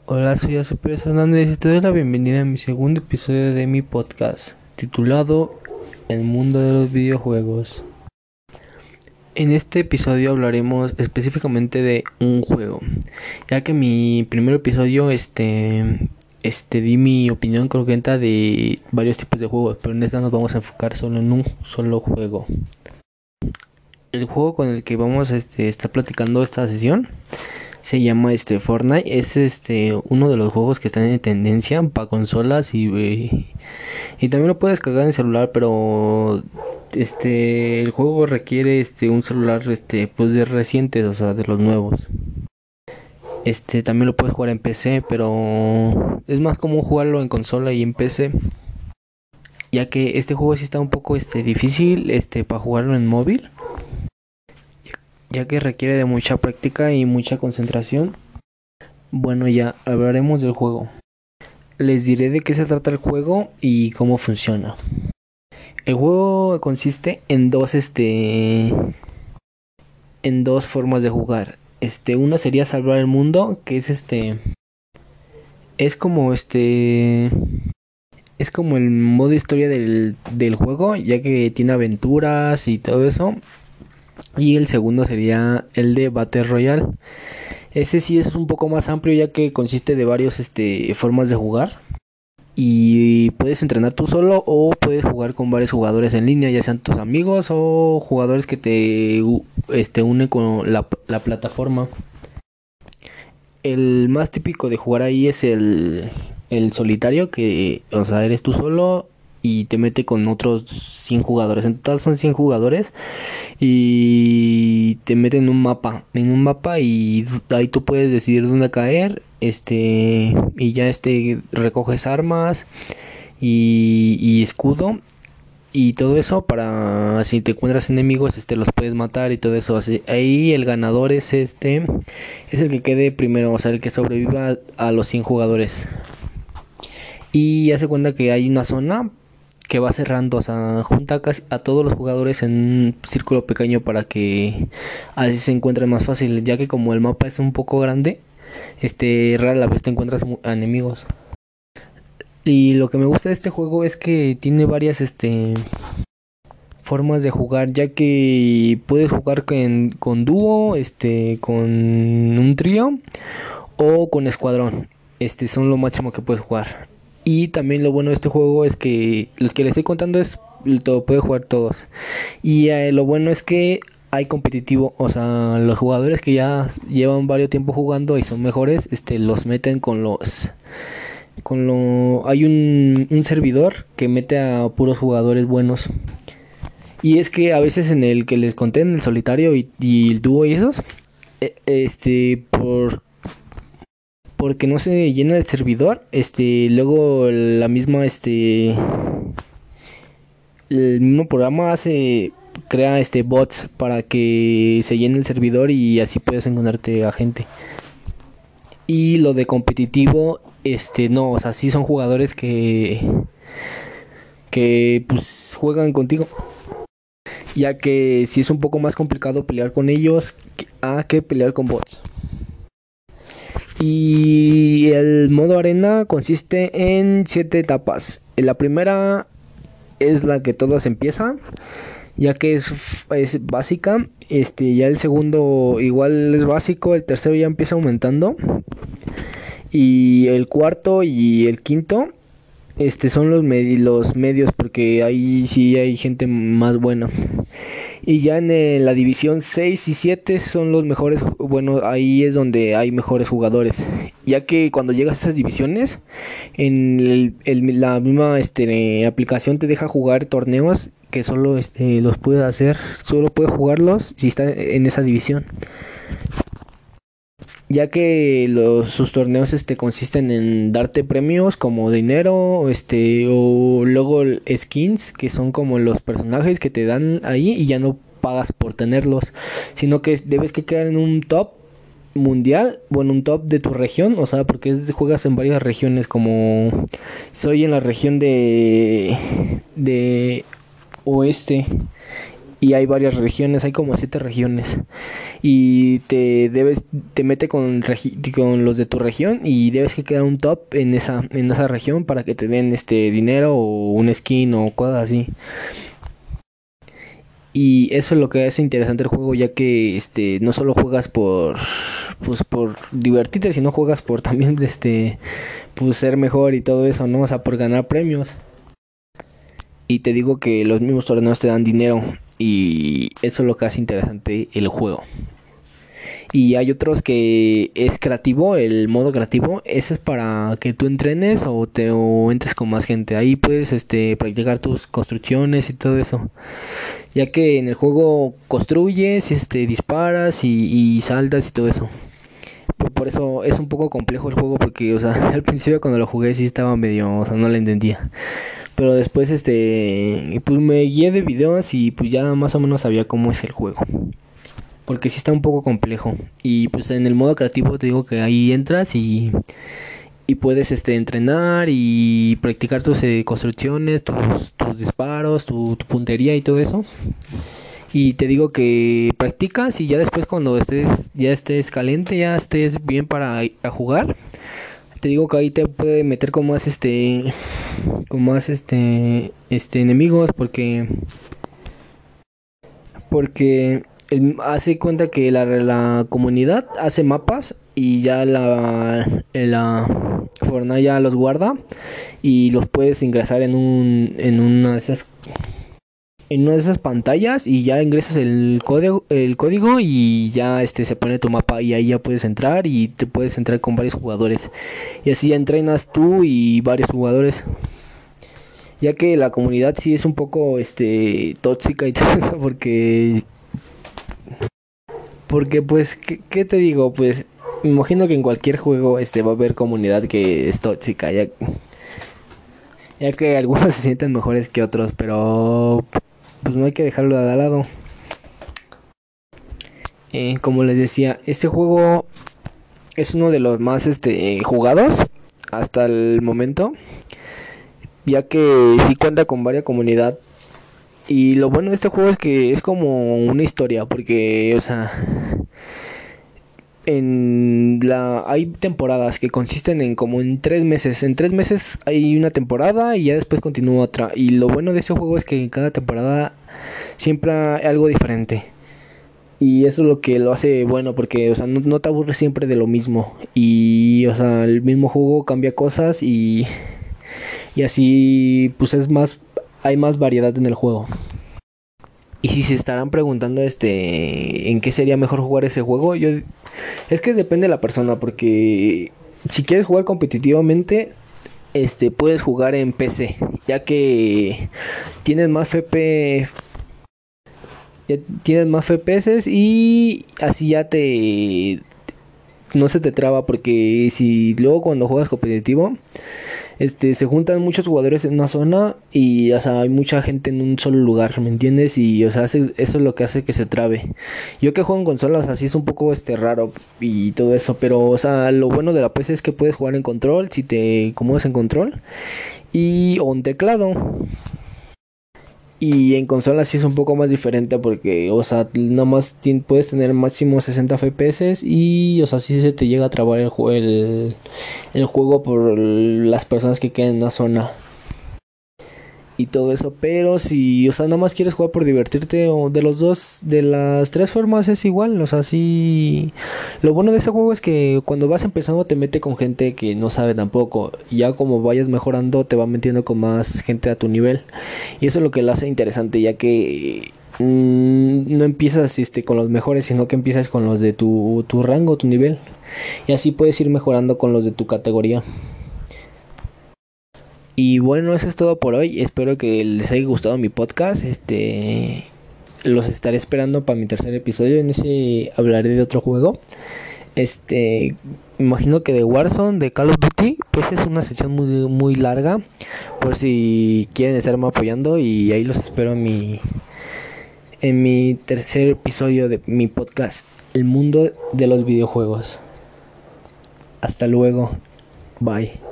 Hola, soy José Pérez Hernández y te doy la bienvenida a mi segundo episodio de mi podcast, titulado El mundo de los videojuegos. En este episodio hablaremos específicamente de un juego, ya que mi primer episodio di mi opinión concreta de varios tipos de juegos, pero en esta nos vamos a enfocar solo en un solo juego. El juego con el que vamos a estar platicando esta sesión se llama Fortnite. Es uno de los juegos que están en tendencia para consolas y también lo puedes cargar en celular, pero el juego requiere un celular pues de recientes, o sea, de los nuevos. También lo puedes jugar en PC, pero es más común jugarlo en consola y en PC, ya que este juego sí está un poco difícil para jugarlo en móvil, ya que requiere de mucha práctica y mucha concentración. Bueno, ya hablaremos del juego. Les diré de qué se trata el juego y cómo funciona. El juego consiste en dos formas de jugar. Una sería salvar el mundo, que es como es como el modo historia del juego, ya que tiene aventuras y todo eso. Y el segundo sería el de Battle Royale. Ese sí es un poco más amplio, ya que consiste de varios formas de jugar. Y puedes entrenar tú solo o puedes jugar con varios jugadores en línea, ya sean tus amigos o jugadores que te unen con la plataforma. El más típico de jugar ahí es el solitario, que, o sea, eres tú solo y te mete con otros 100 jugadores. En total son 100 jugadores y te meten en un mapa y ahí tú puedes decidir dónde caer, y ya recoges armas y escudo y todo eso para si te encuentras enemigos los puedes matar y todo eso. Así, ahí el ganador es el que quede primero, o sea, el que sobreviva a los 100 jugadores. Y hace cuenta que hay una zona que va cerrando, o sea, junta casi a todos los jugadores en un círculo pequeño para que así se encuentren más fácil, ya que como el mapa es un poco grande, rara la vez te encuentras enemigos. Y lo que me gusta de este juego es que tiene varias formas de jugar, ya que puedes jugar con dúo, con un trío o con escuadrón. Son lo máximo que puedes jugar. Y también lo bueno de este juego es que los que les estoy contando es todo, puede jugar todos. Y lo bueno es que hay competitivo, o sea, los jugadores que ya llevan varios tiempo jugando y son mejores, los meten hay un servidor que mete a puros jugadores buenos. Y es que a veces en el que les conté, en el solitario y el dúo y esos, porque no se llena el servidor, luego el mismo programa crea bots para que se llene el servidor y así puedes encontrarte a gente. Y lo de competitivo, no, o sea, sí son jugadores que pues juegan contigo, ya que sí es un poco más complicado pelear con ellos que pelear con bots. Y el modo arena consiste en 7 etapas. La primera es la que todos empiezan, ya que es básica. Ya el segundo igual es básico, el tercero ya empieza aumentando. Y el cuarto y el quinto son los medios, porque ahí sí hay gente más buena. Y ya en la división 6 y 7 son los mejores, bueno, ahí es donde hay mejores jugadores. Ya que cuando llegas a esas divisiones, en la misma aplicación te deja jugar torneos que solo los puedes hacer, solo puedes jugarlos si está en esa división. Ya que sus torneos consisten en darte premios como dinero, o luego skins, que son como los personajes que te dan ahí y ya no pagas por tenerlos, sino que debes que quedar en un top mundial, bueno, un top de tu región, o sea, porque juegas en varias regiones, como soy en la región de oeste, y hay varias regiones, hay como 7 regiones, y te mete con los de tu región, y debes que quedar un top en esa región para que te den dinero o un skin o cosas así. Y eso es lo que hace interesante el juego, ya que no solo juegas por divertirte, sino juegas por también pues ser mejor y todo eso, ¿no? O sea, por ganar premios. Y te digo que los mismos torneos te dan dinero, y eso es lo que hace interesante el juego. Y hay otros que es creativo, el modo creativo, eso es para que tú entrenes o entres con más gente. Ahí puedes practicar tus construcciones y todo eso. Ya que en el juego construyes, disparas y saltas y todo eso. Por eso es un poco complejo el juego, porque, o sea, al principio cuando lo jugué sí estaba medio, o sea, no lo entendía. Pero después, pues me guié de videos y pues ya más o menos sabía cómo es el juego. Porque sí está un poco complejo. Y pues en el modo creativo te digo que ahí entras y puedes entrenar y practicar tus construcciones, tus disparos, tu puntería y todo eso. Y te digo que practicas, y ya después cuando ya estés caliente, ya estés bien para a jugar, te digo que ahí te puede meter con más enemigos, porque hace cuenta que la comunidad hace mapas, y ya la Fortnite ya los guarda, y los puedes ingresar en una de esas pantallas, y ya ingresas el código y ya se pone tu mapa, y ahí ya puedes entrar, y te puedes entrar con varios jugadores, y así ya entrenas tú y varios jugadores, ya que la comunidad sí es un poco tóxica y todo eso, porque pues ¿qué te digo? Pues me imagino que en cualquier juego va a haber comunidad que es tóxica, ya que algunos se sienten mejores que otros, pero pues no hay que dejarlo de lado. Como les decía, este juego es uno de los más jugados hasta el momento, ya que sí cuenta con varias comunidad. Y lo bueno de este juego es que es como una historia, porque, o sea, hay temporadas que consisten en como en 3 meses. En 3 meses hay una temporada y ya después continúa otra. Y lo bueno de este juego es que en cada temporada siempre hay algo diferente. Y eso es lo que lo hace bueno, porque, o sea, no te aburres siempre de lo mismo. Y, o sea, el mismo juego cambia cosas, y así, pues hay más variedad en el juego. Y si se estarán preguntando en qué sería mejor jugar ese juego, es que depende de la persona, porque si quieres jugar competitivamente, puedes jugar en PC, ya que tienes más ya tienes más FPS, y así ya no se te traba, porque si luego cuando juegas competitivo, se juntan muchos jugadores en una zona, y, o sea, hay mucha gente en un solo lugar, ¿me entiendes? Y, o sea, eso es lo que hace que se trabe. Yo que juego en consolas, así es un poco raro y todo eso, pero, o sea, lo bueno de la PC es que puedes jugar en control, si te acomodas en control, o en teclado. Y en consola sí es un poco más diferente, porque, o sea, nada más puedes tener máximo 60 FPS, y, o sea, sí se te llega a trabar el juego por las personas que quedan en una zona y todo eso. Pero si, o sea, nada más quieres jugar por divertirte, o de las tres formas es igual, o sea, sí. Lo bueno de ese juego es que cuando vas empezando te mete con gente que no sabe tampoco, y ya como vayas mejorando te va metiendo con más gente a tu nivel, y eso es lo que lo hace interesante, ya que no empiezas con los mejores, sino que empiezas con los de tu rango, tu nivel, y así puedes ir mejorando con los de tu categoría. Y bueno, eso es todo por hoy. Espero que les haya gustado mi podcast. Los estaré esperando para mi tercer episodio. En ese hablaré de otro juego. Me imagino que de Warzone, de Call of Duty, pues es una sección muy, muy larga. Por si quieren estarme apoyando. Y ahí los espero en mi tercer episodio de mi podcast, El mundo de los videojuegos. Hasta luego. Bye.